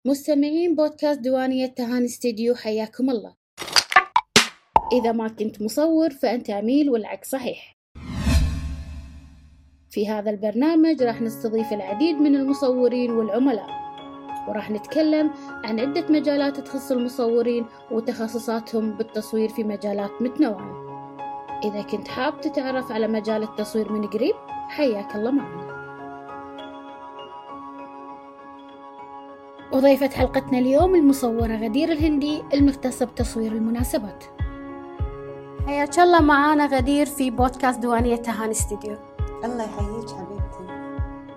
مستمعين بودكاست ديوانية تهاني استديو، حياكم الله. إذا ما كنت مصور فأنت عميل والعكس صحيح. في هذا البرنامج راح نستضيف العديد من المصورين والعملاء، وراح نتكلم عن عدة مجالات تخص المصورين وتخصصاتهم بالتصوير في مجالات متنوعة. إذا كنت حاب تتعرف على مجال التصوير من قريب، حياك الله معنا. وضيفة حلقتنا اليوم المصورة غدير الهندي المختصة بتصوير المناسبات. حياك الله معانا غدير في بودكاست ديوانية تهاني استديو. الله يحييك حبيبتي.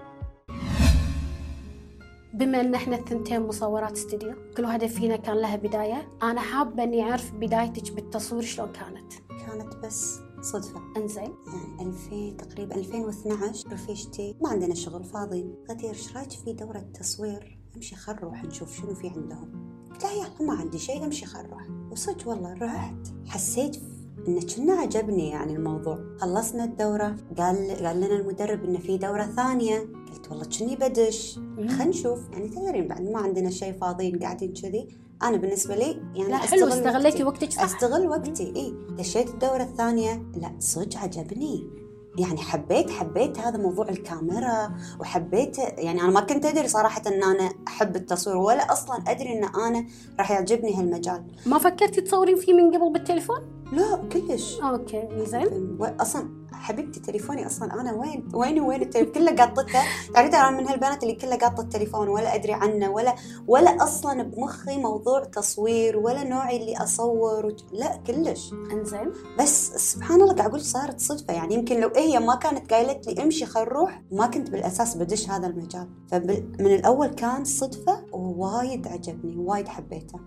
بما ان احنا الثنتين مصورات استديو، كل واحدة فينا كان لها بداية، انا حابة اني اعرف بدايتك بالتصوير شلون كانت. كانت بس صدفة. انزين. يعني تقريبا 2012 رفيجتي ما عندنا شغل فاضيين، غدير ايش رايك في دورة تصوير؟ امشي خل نروح نشوف شنو في عندهم. قلت لها يلا ما عندي شيء، امشي خل نروح. وصدق والله رحت، حسيت إنه كنا عجبني يعني الموضوع. خلصنا الدورة، قال لنا المدرب إنه في دورة ثانية. قلت والله كني بدش، خلينا نشوف. يعني تدرين بعد ما عندنا شيء فاضيين قاعدين كذي، أنا بالنسبة لي يعني لا حلو، استغليتي وقتك صح. أستغل وقتي. دشيت الدورة الثانية، لا صدق عجبني. يعني حبيت هذا موضوع الكاميرا، وحبيت يعني أنا ما كنت أدري صراحة إن أنا أحب التصوير، ولا أصلاً أدري إن أنا راح يعجبني هالمجال. ما فكرتي تصورين فيه من قبل بالتليفون؟ لا كلش. اوكي زين. اصلا حبيبتي تليفوني اصلا انا وين التليفون كله قاطته. تعرفي انا من هالبنات اللي كله قاطه التليفون ولا ادري عنه، ولا اصلا بمخي موضوع تصوير، ولا نوعي اللي اصور لا كلش. انزين. بس سبحان الله قاعد اقول صارت صدفه. يعني يمكن لو هي ما كانت قايلت لي امشي خل نروح، ما كنت بالاساس بدش هذا المجال. فمن الاول كان صدفه، ووايد عجبني وايد حبيته.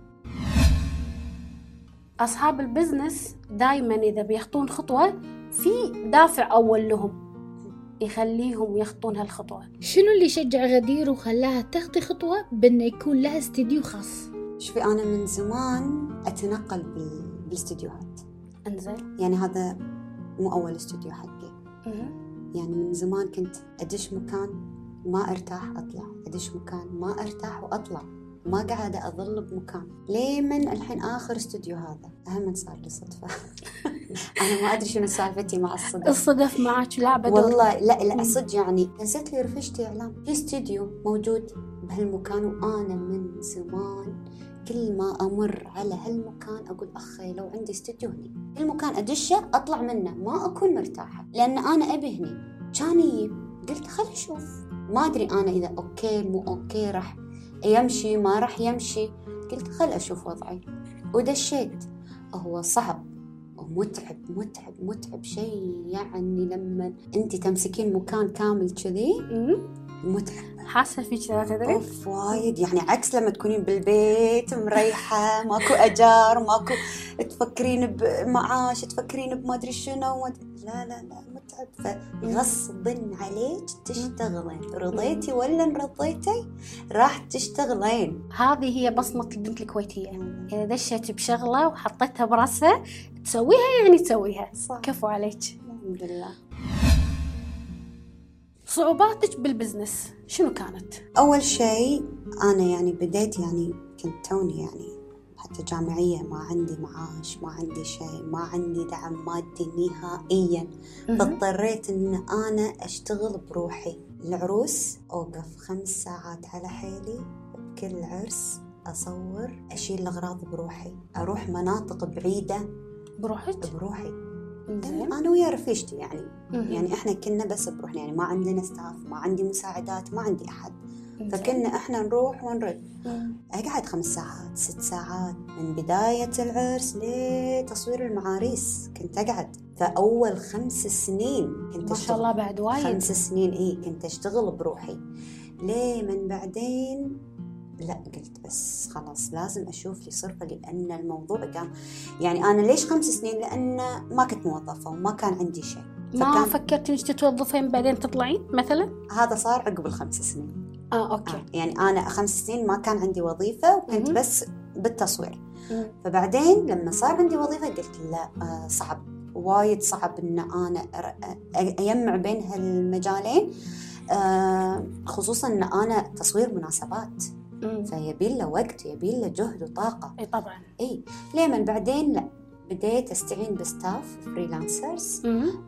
أصحاب البزنس دايماً إذا بيخطون خطوة في دافع أول لهم يخليهم يخطون هالخطوة. شنو اللي شجع غدير وخلاها تخطي خطوة بأنه يكون لها استديو خاص؟ شوفي أنا من زمان أتنقل بالاستديوهات. أنزل. يعني هذا مو أول استديو حقي. يعني من زمان كنت أدش مكان ما أرتاح أطلع، أدش مكان ما أرتاح وأطلع، ما قاعدة أظل بمكان. ليه من الحين آخر استوديو هذا أهم صار لي صدفة. أنا ما أدري شنو سالفتي مع الصدف. الصدف معك لعبة والله لا صدق. يعني نزلت لي رفيجتي إعلان في استوديو موجود بهالمكان، وأنا من زمان كل ما أمر على هالمكان أقول أخي لو عندي استوديو هني. المكان أدشه أطلع منه ما أكون مرتاحة، لأن أنا أبي هني. كان قلت خل أشوف، ما أدري أنا إذا أوكي مو أوكي راح يمشي ما راح يمشي. قلت خل أشوف وضعي، ودشيت. هو صعب ومتعب شيء. يعني لما أنت تمسكين مكان كامل كذي متعب. حاسة فيك تدري؟ وايد. يعني عكس لما تكونين بالبيت مريحة، ماكو أجار، ماكو تفكرين بمعاش، تفكرين بما أدري شنو. لا متعب. فغصب عليك تشتغلين، رضيتي ولا رضيتي راح تشتغلين. هذه هي بصمة البنت الكويتية. إذا دشت بشغلة وحطيتها براسها تسويها، يعني تسويها. صح. كفو عليك. الحمد لله. صعوباتك بالبزنس شنو كانت؟ أول شيء أنا يعني بديت، يعني كنت توني يعني حتى جامعية، ما عندي معاش، ما عندي شيء، ما عندي دعم مادي نهائيا. فاضطريت إن أنا أشتغل بروحي. العروس أوقف 5 ساعات على حيلي بكل عرس، أصور، أشيل الأغراض بروحي، أروح مناطق بعيدة بروحي. أنا ويا رفيجتي يعني إحنا كنا بس بروحنا، يعني ما عندنا ستاف، ما عندي مساعدات، ما عندي أحد. فكنا إحنا نروح ونرد. أقعد 5 ساعات 6 ساعات من بداية العرس لتصوير المعاريس كنت أقعد. فأول 5 سنين كنت ما شاء الله بعد وايد. 5 سنين كنت أشتغل بروحي. ليه من بعدين لا قلت بس خلاص لازم أشوف لي صرفة، لأن الموضوع كان يعني أنا ليش 5 سنين؟ لأن ما كنت موظفة وما كان عندي شيء. ما فكرت إنك تتوظفين بعدين تطلعين مثلا؟ هذا صار عقب 5 سنين. أوكي. يعني أنا 5 سنين ما كان عندي وظيفة وكنت بس بالتصوير. فبعدين لما صار عندي وظيفة قلت لا صعب، وايد صعب إن أنا أجمع بين هالمجالين. خصوصا إن أنا تصوير مناسبات، فيبي له وقت، يبي له جهد وطاقة. اي طبعا. اي لمن بعدين لا بديت استعين بستاف فريلانسرز،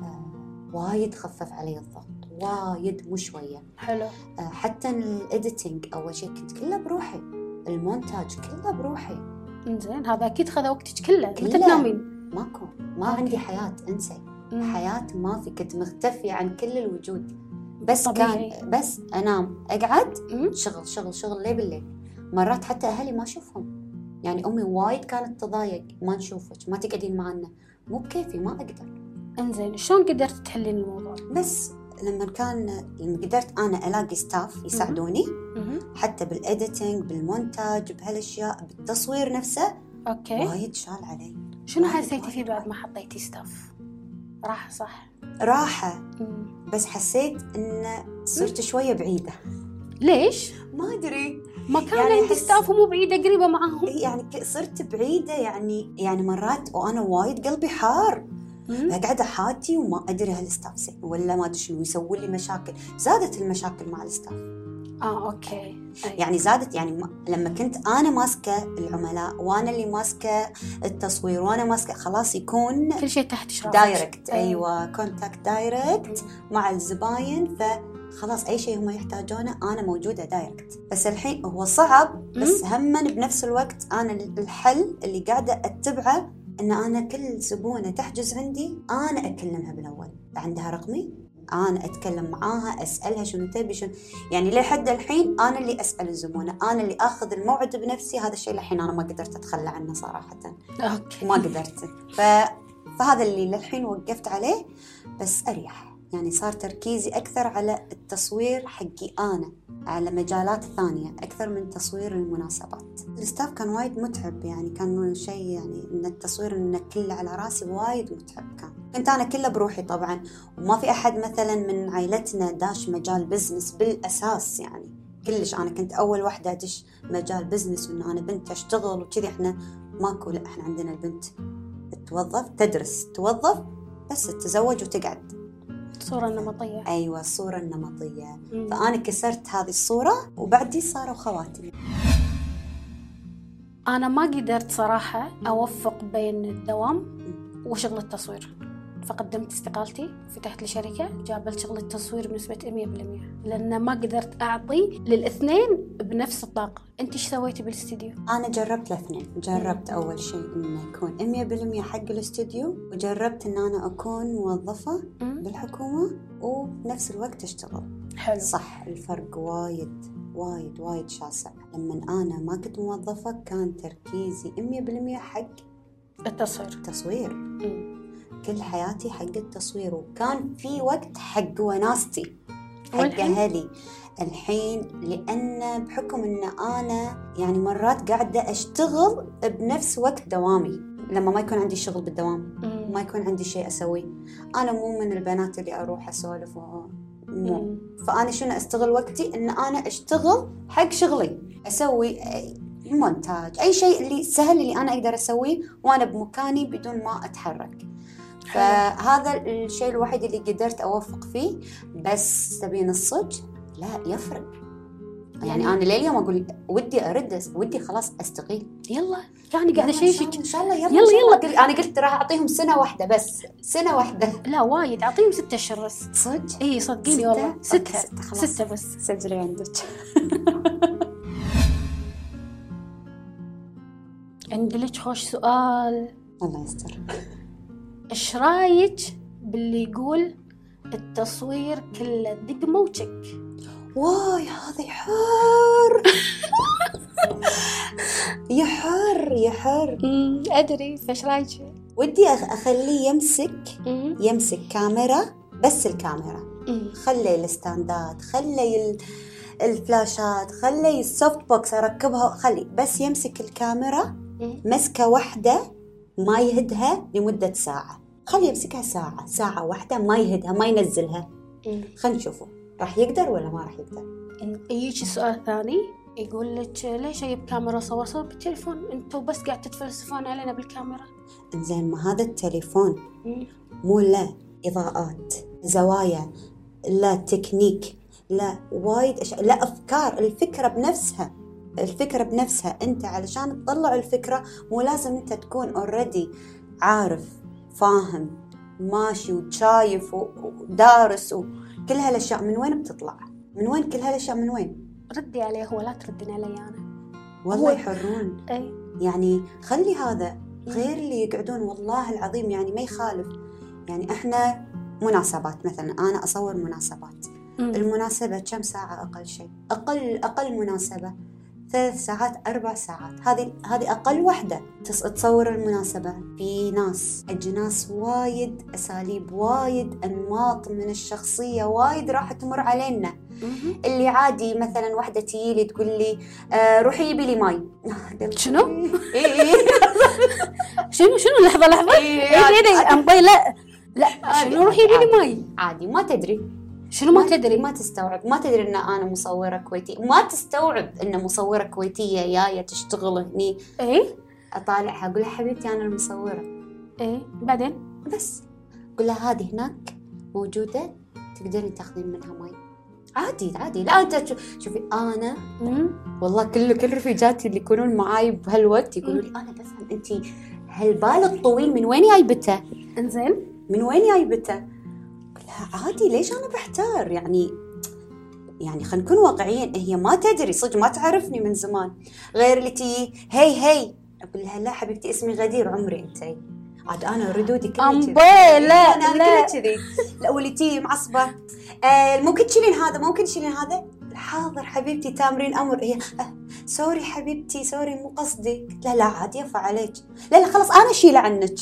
وايد خفف علي الضغط، وايد مو شوية. حلو. حتى الإديتينج أول شيء كنت كله بروحي، المونتاج كله بروحي. إنزين هذا أكيد خذ وقتك كله. متى تنامين؟ ماكو، ما عندي حياة، انسي. حياة ما في، كنت مختفية عن كل الوجود. بس طبيعي. كان بس أنام أقعد شغل شغل شغل ليه بالليل. مرات حتى أهلي ما أشوفهم، يعني أمي وايد كانت تضايق، ما نشوفك، ما تقعدين معنا، مو بكيفي، ما أقدر. إنزين شلون قدرت تحلين الموضوع؟ بس لما قدرت أنا ألاقي ستاف يساعدوني، حتى بالإديتينج، بالمونتاج، بهالأشياء، بالتصوير نفسه. أوكي. وايد شال علي. شنو حسيتي فيه بعد ما حطيتي ستاف؟ راحة صح؟ راحة. بس حسيت إن صرت شوية بعيدة. ليش؟ ما أدري. ما كان يعني عندي ستاف ومو بعيدة، قريبة معاهم. يعني صرت بعيدة، يعني مرات وأنا وايد قلبي حار، قاعدة حاتي وما أدري هالستاف زين ولا ما أدري شنو، يسوي لي مشاكل. زادت المشاكل مع الستاف. أوكي. يعني زادت، يعني لما كنت أنا ماسكة العملاء وأنا اللي ماسكة التصوير وأنا ماسكة، خلاص يكون كل شيء تحت إشرافك. دايركت. أيوة كونتاكت دايركت مع الزباين، فخلاص أي شيء هم يحتاجونه أنا موجودة دايركت. بس الحين هو صعب، بس هماً بنفس الوقت أنا الحل اللي قاعدة أتبعه إن أنا كل زبونة تحجز عندي أنا أكلمها بالأول، عندها رقمي، أنا أتكلم معاها، أسألها شنو تبي شنو، يعني لحد الحين أنا اللي أسأل الزبونة، أنا اللي أخذ الموعد بنفسي. هذا الشيء الحين أنا ما قدرت أتخلى عنه صراحة. أوكي. ما قدرت. فهذا اللي للحين وقفت عليه، بس أريح، يعني صار تركيزي أكثر على التصوير حقي أنا، على مجالات ثانية أكثر من تصوير المناسبات. الستاف كان وايد متعب، يعني كان شيء، يعني إن التصوير إنه كله على راسي وايد متعب. كنت أنا كله بروحي طبعاً، وما في أحد مثلاً من عائلتنا داش مجال بزنس بالأساس، يعني كلش أنا كنت أول واحدة أدش مجال بزنس، وإنه أنا بنت أشتغل وكذي. إحنا ماكو، لا إحنا عندنا البنت توظف، تدرس، توظف، بس تتزوج وتقعد. الصورة النمطية. أيوة الصورة النمطية. فأنا كسرت هذه الصورة، وبعدي صاروا خواتي. أنا ما قدرت صراحة أوفق بين الدوام وشغل التصوير، فقدمت استقالتي، فتحت لي شركة، جابلت شغل التصوير بنسبة 100%، لأن ما قدرت أعطي للاثنين بنفس الطاقة. أنت إيش سويتي بالاستديو؟ أنا جربت الاثنين. جربت أول شيء إنه يكون 100% حق الاستديو، وجربت إن أنا أكون موظفة بالحكومة وبنفس الوقت أشتغل. حلو. صح، الفرق وايد وايد وايد شاسع. لما أنا ما كنت موظفة كان تركيزي 100% حق التصوير. كل حياتي حق التصوير، وكان في وقت حق وناستي، حق أهلي. الحين لأن بحكم أن أنا يعني مرات قاعدة أشتغل بنفس وقت دوامي، لما ما يكون عندي شغل بالدوام، ما يكون عندي شيء أسويه. أنا مو من البنات اللي أروح أسولف، مو. فأنا شنو أستغل وقتي إن أنا أشتغل حق شغلي، أسوي مونتاج، أي شيء اللي سهل اللي أنا أقدر أسويه وأنا بمكاني بدون ما أتحرك. فهذا الشيء الوحيد اللي قدرت أوفق فيه. بس تبين الصج لا يفرق، يعني أنا لليوم أقول ودي أرد، ودي خلاص أستقيل. يلا يعني قاعدة شيء إن شاء الله. يلا. أنا قلت راح أعطيهم سنة واحدة، بس سنة واحدة. لا وايد، أعطيهم 6 أشهر بس. صدق؟ إيه صدقيني والله 6 بس. سجلي عندك. عندي لك خوش سؤال. الله يستر. إيش رايك باللي يقول التصوير كله دقمة وتشك؟ واي هذا يحر. يحر. أدري، فايش رايك؟ ودي أخليه يمسك كاميرا، بس الكاميرا. خلي الستاندات، خلي الفلاشات، خلي السوفت بوكس أركبها، خلي بس يمسك الكاميرا مسكة واحدة، ما يهدها لمدة ساعة. خلي يمسكها ساعة واحدة، ما يهدها، ما ينزلها. خلينا نشوفه راح يقدر ولا ما راح يقدر. يجي سؤال ثاني يقول لك ليش أجيب كاميرا صور بالتليفون؟ أنتوا بس قاعد تتفلسفون علينا بالكاميرا. إنزين ما هذا التليفون مو لا إضاءات، زوايا، لا تكنيك، لا وايد لا أفكار. الفكرة بنفسها الفكرة بنفسها. أنت علشان تطلع الفكرة مو لازم أنت تكون already عارف فاهم ماشي وشايف ودارس وكل هالأشياء. من وين بتطلع؟ من وين كل هالأشياء؟ من وين؟ ردي عليه هو، لا تردين علي أنا. والله يحرون. أي يعني خلي هذا غير اللي يقعدون والله العظيم يعني ما يخالف. يعني إحنا مناسبات مثلا، أنا أصور مناسبات. المناسبة كم ساعة؟ أقل شيء، أقل مناسبة 3 ساعات 4 ساعات. هذه أقل وحدة تصور المناسبة. في ناس أجناس وايد، أساليب وايد، أنماط من الشخصية وايد راح تمر علينا. اللي عادي مثلا واحدة تيجي تقول لي روحي يبي لي ماي. شنو؟ إيه شنو لحظة إيه أمبي لا شنو روحي يبي لي ماي؟ عادي ما تدري. شنو ما تدري؟ ما تستوعب، ما تدري ان انا مصورة كويتية، ما تستوعب ان مصورة كويتية جاية تشتغل هني. ايه اطالعها اقول لها حبيبتي انا المصورة. ايه بعدين بس اقول لها هذه هناك موجودة تقدرين تاخذين منها ماي عادي. لا انت شوفي انا والله كل رفيجاتي اللي يكونون معاي بهالوقت يقولوا لي انا بفهم انت هالبال الطويل من وين جايبته؟ انزين من وين جايبته؟ عادي ليش أنا بحتار؟ يعني خلينا نكون واقعيين. هي ما تدري صدق، ما تعرفني من زمان. غير اللي تي هي أقول لها لا حبيبتي اسمي غدير عمري أنتي. عاد أنا ردودي كلها كذي. لا أنا كلها كذي. لا واللي تي معصبة ممكن تشيلين هذا. حاضر حبيبتي تامرين أمر. هي سوري حبيبتي سوري مو قصدي. لا عادي يفع عليك. لا خلاص أنا أشيله عنك.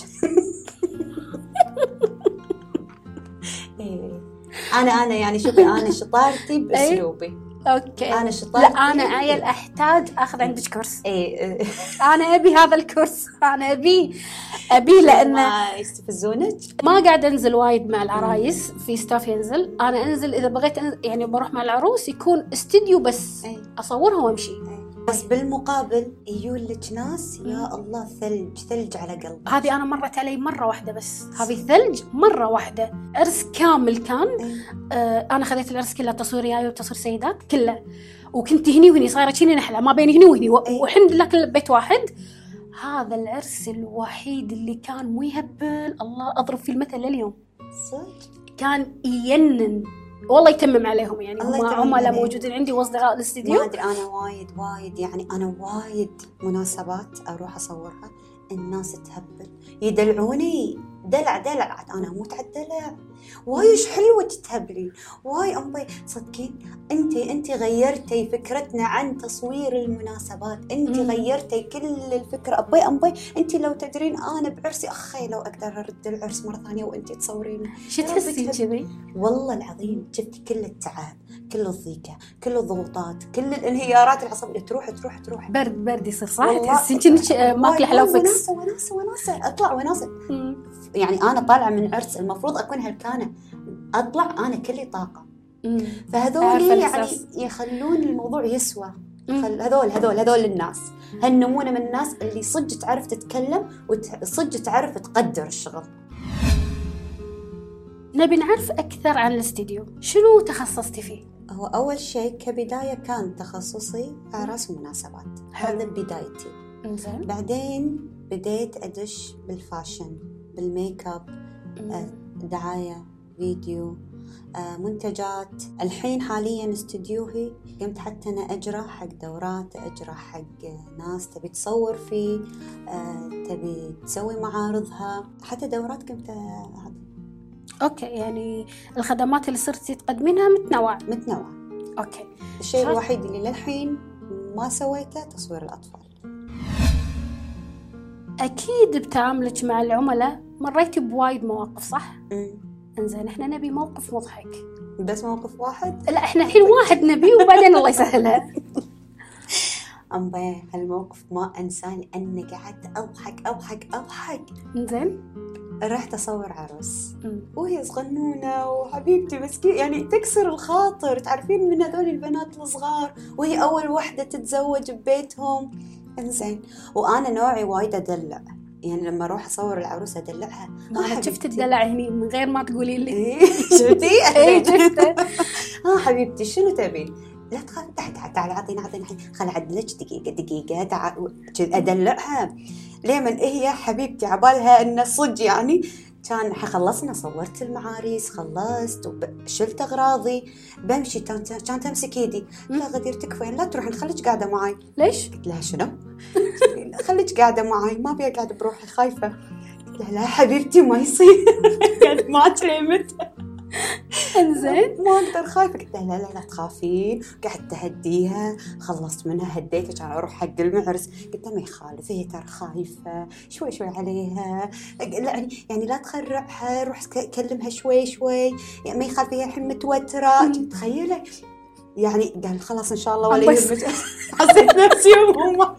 أنا يعني شوفي أنا شطارتي بأسلوبي. أوكي أنا شطارتي. لا أنا عيل أحتاج أخذ عندك كورس. إيه أنا أبي هذا الكورس. أنا أبي لأن ما يستفزونك. ما قاعد أنزل وايد مع العرايس في ستاف ينزل. أنا أنزل إذا بغيت يعني بروح مع العروس يكون استديو بس أصورها وأمشي. بس بالمقابل يجولك ناس يا الله ثلج على قلبي. هذه أنا مرت علي مرة واحدة بس. هذه ثلج مرة واحدة. عرس كامل كان أنا خذيت العرس كله تصوير رياي وتصوير سيدات كله، وكنت هني وهني صايرة شيني نحلة ما بين هني وهني والحمد لله كل بيت واحد. هذا العرس الوحيد اللي كان مو يهبل، الله أضرب في المثل لليوم صدق كان ينن والله يتمم عليهم. يعني هم لا موجودين عندي واصدقاء الاستديو. ما أدري أنا وايد يعني أنا وايد مناسبات أروح أصورها الناس تهبل يدلعوني دلع. أنا أموت على الدلع. وايش حلوة تهبلين واي أمبي. صدقين أنت غيرتي فكرتنا عن تصوير المناسبات. أنت غيرتي كل الفكرة. أمبي أنت لو تدرين أنا بعرسي أخي لو أقدر أرد العرس مرة ثانية وأنت تصورين. شو تحسين كذي؟ والله العظيم شفتي كل التعب كل الضيقة كل الضغوطات كل الانهيارات العصبية تروح برد يصير صح. تحسين كأنك ماكلة حلاوة فكس. وناسة أطلع وناسة. يعني أنا طالعة من عرس المفروض أكون هلكانة، أطلع أنا كلي طاقة. فهذول يعني يخلون الموضوع يسوى. هذول الناس هالنمونة من الناس اللي صدق تعرف تتكلم وصدق تعرف تقدر الشغل. نبي نعرف أكثر عن الاستديو. شنو تخصصتي فيه؟ هو أول شيء كبداية كان تخصصي أعراس ومناسبات. هذا بدايتي. بعدين بديت أدش بالفاشن بالميك اب دعاية فيديو منتجات. الحين حاليا استديوهي قمت حتى أنا أجرى حق دورات، أجرى حق ناس تبي تصور فيه، تبي تسوي معارضها، حتى دورات قمت أوكي. يعني الخدمات اللي صرتي تقدمينها متنوعة. أوكي. الشيء الوحيد اللي للحين ما سويته تصوير الأطفال. أكيد بتعاملك مع العملاء مريتي بوايد مواقف صح؟ إنزين إحنا نبي موقف مضحك. بس موقف واحد؟ لا إحنا الحين واحد نبي وبعدين الله يسهلها. أمبي هالموقف ما أنساه لأني قعدت أضحك. إنزين رحت أصور عروس وهي صغنونة وحبيبتي مسكين يعني تكسر الخاطر. تعرفين من هذول البنات الصغار وهي أول وحدة تتزوج ببيتهم. إنزين وأنا نوعي وايد أدلع. يعني لما أروح أصور العروس أدلعها. أنا شفت الدلع هني من غير ما تقولي لي. شفتي؟ شفته. حبيبتي شنو تبين؟ لا تخاف، تعال عطينا خل أعدلك دقيقة تعال أدلعها. لمن هي حبيبتي عبالها إن صدق يعني كان خلصنا، صورت المعاريس خلصت وشلت أغراضي بمشي، كان تمسك يدي لا غدير تكفين لا تروح نخليك قاعدة معاي. ليش؟ قلت لها شنو؟ خليك قاعدة معاي ما بيا قاعدة بروحي خايفة. قلت لها لا حبيبتي ما يصير يعني ما تلمت انزين ما اقدر خايفه. قلت لها لا يعني قعدت تهديها، خلصت منها هديتها كان اروح حق المعرس. قلت لها ما يخالف هي ترى خايفه شوي عليها، يعني لا تخرعها، روح كلمها شوي يعني ما يخالف هي الحين متوتره. تخيلي يعني قال خلاص ان شاء الله ولا يهمك. حسيت نفسي وهم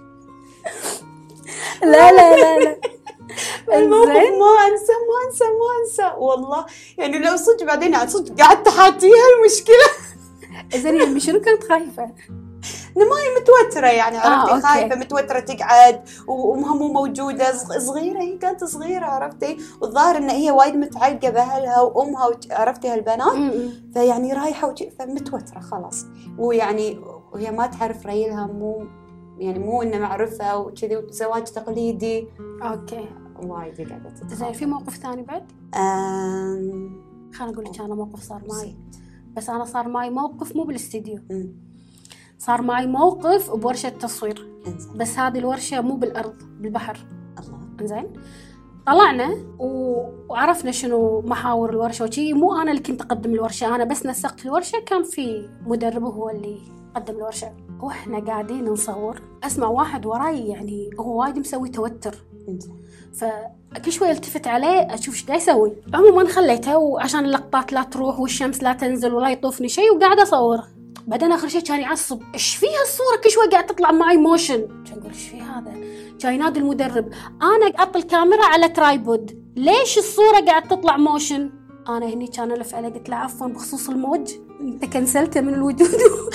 لا الموقف ما انسى والله. يعني لو صدق بعدين صدق قعدت احاتيها المشكله. زين يعني شنو كانت خايفه؟ ما هي متوتره يعني عرفتي، خايفه متوتره تقعد وامها مو موجوده، صغيره هي كانت صغيره عرفتي، والظاهر ان هي وايد متعلقه باهلها وامها عرفتي هالبنات. فيعني رايحه فمتوتره خلاص، ويعني وهي ما تعرف ريلها مو انه معرفه وكذي وزواج تقليدي. اوكي وايد قاعده تتخاف. زين في موقف ثاني بعد؟ خليني اقول لك انا موقف صار معي، بس انا صار معي موقف مو بالاستديو، صار معي موقف بورشه تصوير، بس هذه الورشه مو بالارض بالبحر. الله. زين طلعنا وعرفنا شنو محاور الورشه وشي، مو انا اللي كنت اقدم الورشه، انا بس نسقت الورشه، كان في مدرب هو اللي قدم الورشه. واحنا قاعدين نصور اسمع واحد وراي يعني هو وايد مسوي توتر، فكل شوي التفت عليه اشوف ايش قاعد يسوي. عموما خليته وعشان اللقطات لا تروح والشمس لا تنزل ولا يطوفني شيء، وقاعد اصور. بعدين اخر شيء كان يعصب ايش فيها الصوره كل شوي قاعد تطلع معي موشن. كان اقول ايش في هذا، كان ينادي المدرب انا احط الكاميرا على ترايبود ليش الصوره قاعد تطلع موشن. انا هني كان الف عليه قلت له عفوا بخصوص الموج انت كنسلته من الوجود.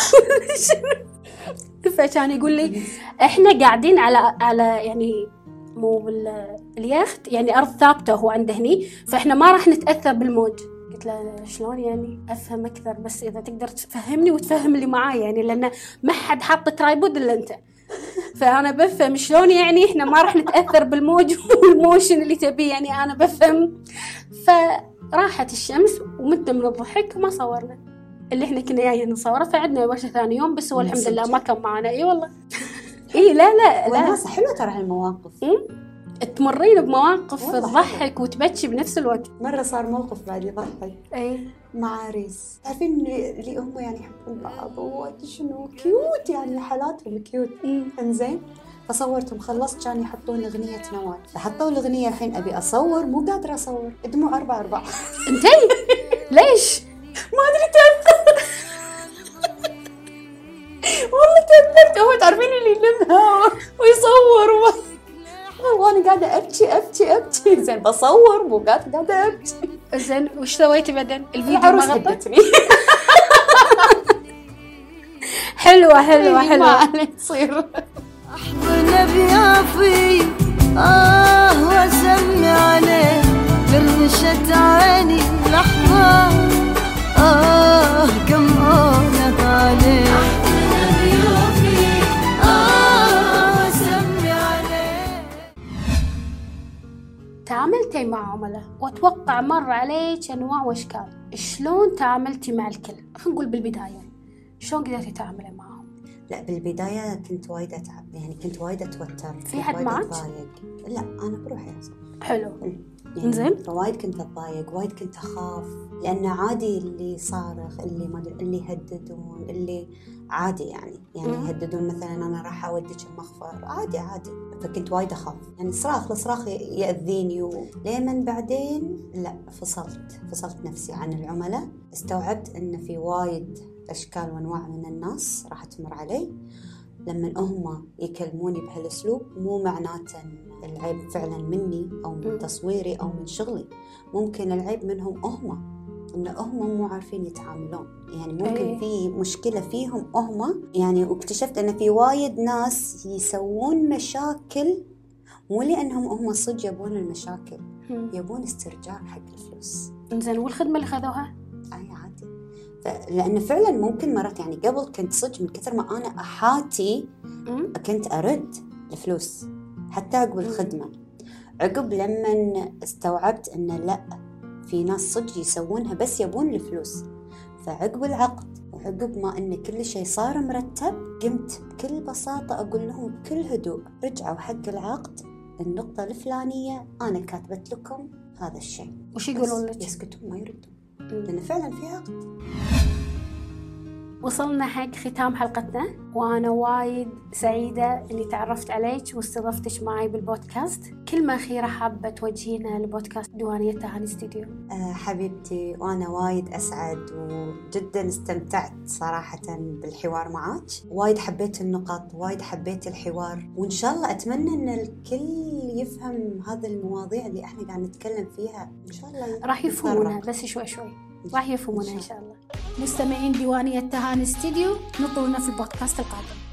فكان يقول لي احنا قاعدين على يعني مو باليخت يعني ارض ثابته هو عنده هني، فاحنا ما راح نتاثر بالموج. قلت له شلون يعني افهم اكثر، بس اذا تقدر تفهمني وتفهم اللي معاي يعني، لان ما حد حاط ترايبود الا انت، فانا بفهم شلون يعني احنا ما راح نتاثر بالموج والموشن اللي تبيه يعني انا بفهم. فراحت الشمس ومتنا من الضحك وما صورنا اللي احنا كنا جايين نصوره، فعدنا ورشه ثاني يوم، بس هو الحمد لله ما كان معنا. اي والله اي لا والناس حلوه ترى هالمواقف، تمرين بمواقف تضحك وتبكي بنفس الوقت. مره صار موقف بعد يضحك معاريس، تعرفين اللي هم يعني يحبون بعض وشنو كيوت يعني حالاتهم كيوت. انزين فصورتهم خلصت، كان يحطون اغنيه نوال، فحطوا الاغنيه. الحين ابي اصور مو قادره اصور، دموع 4 انتي ليش؟ ما ادري تأثرت. والله تأثرت. هو تعرفين اللي يلمها ويصور وانا قاعده ابكي. زين بصور مو قاعده ابكي. زين وش سويتي بعدين؟ الفيديو ما غطتني. حلوه ما عليه تصير احضن بيافي واسمي عليه برشة عيني لحظة كم هونت عليه. احضن بيافي واسمي عليه. تعاملتي مع عملاء واتوقع مر عليك انواع واشكال، شلون تعاملتي مع الكل؟ خلينا نقول بالبدايه شلون قدرتي تعاملي معهم؟ لا بالبداية كنت وايد أتعب، يعني كنت وايد أتوتر. في حد معك؟ لا أنا بروحي أصلا. حلو. يعني زين. وايد كنت أتضايق، وايد كنت أخاف، لأن عادي اللي صارخ، اللي يهددون، اللي عادي يعني يهددون مثلا أنا راح أوديك المخفر، عادي. فكنت وايد أخاف، يعني الصراخ يأذيني. لمن بعدين لا فصلت نفسي عن العملاء، استوعبت إن في وايد أشكال وأنواع من الناس راح تمر علي. لما هم يكلموني بهالأسلوب مو معناته العيب فعلا مني أو من تصويري أو من شغلي، ممكن العيب منهم هم مو عارفين يتعاملون، يعني ممكن في مشكلة فيهم هم يعني. واكتشفت أن في وايد ناس يسوون مشاكل مو لأنهم هم صدق يبون المشاكل، يبون استرجاع حق الفلوس. إنزين والخدمة اللي خذوها؟ عادي. لأنه فعلا ممكن مرات يعني قبل كنت صدق من كثر ما أنا أحاتي كنت أرد الفلوس حتى عقب الخدمة. عقب لما استوعبت أن لا، في ناس صدق يسوونها بس يبون الفلوس، فعقب العقد وعقب ما أن كل شيء صار مرتب قمت بكل بساطة أقول لهم بكل هدوء رجعوا حق العقد النقطة الفلانية أنا كاتبت لكم هذا الشيء. وش يقولون لك؟ يسكتون ما يردون لأن فعلا في عقد. وصلنا حق ختام حلقتنا، وأنا وايد سعيدة إني تعرفت عليك واستضفتش معي بالبودكاست. كلمة أخيرة حابة توجهينها لبودكاست ديوانية تهاني استديو. حبيبتي، وأنا وايد أسعد وجدا استمتعت صراحة بالحوار معك. وايد حبيت النقط، وايد حبيت الحوار، وإن شاء الله أتمنى أن الكل يفهم هذه المواضيع اللي إحنا قاعد نتكلم فيها. إن شاء الله راح يفهمونها بس شوي شوي راح يفهمونها إن شاء الله. مستمعين ديوانية تهاني استديو، نطلنا في البودكاست القادم.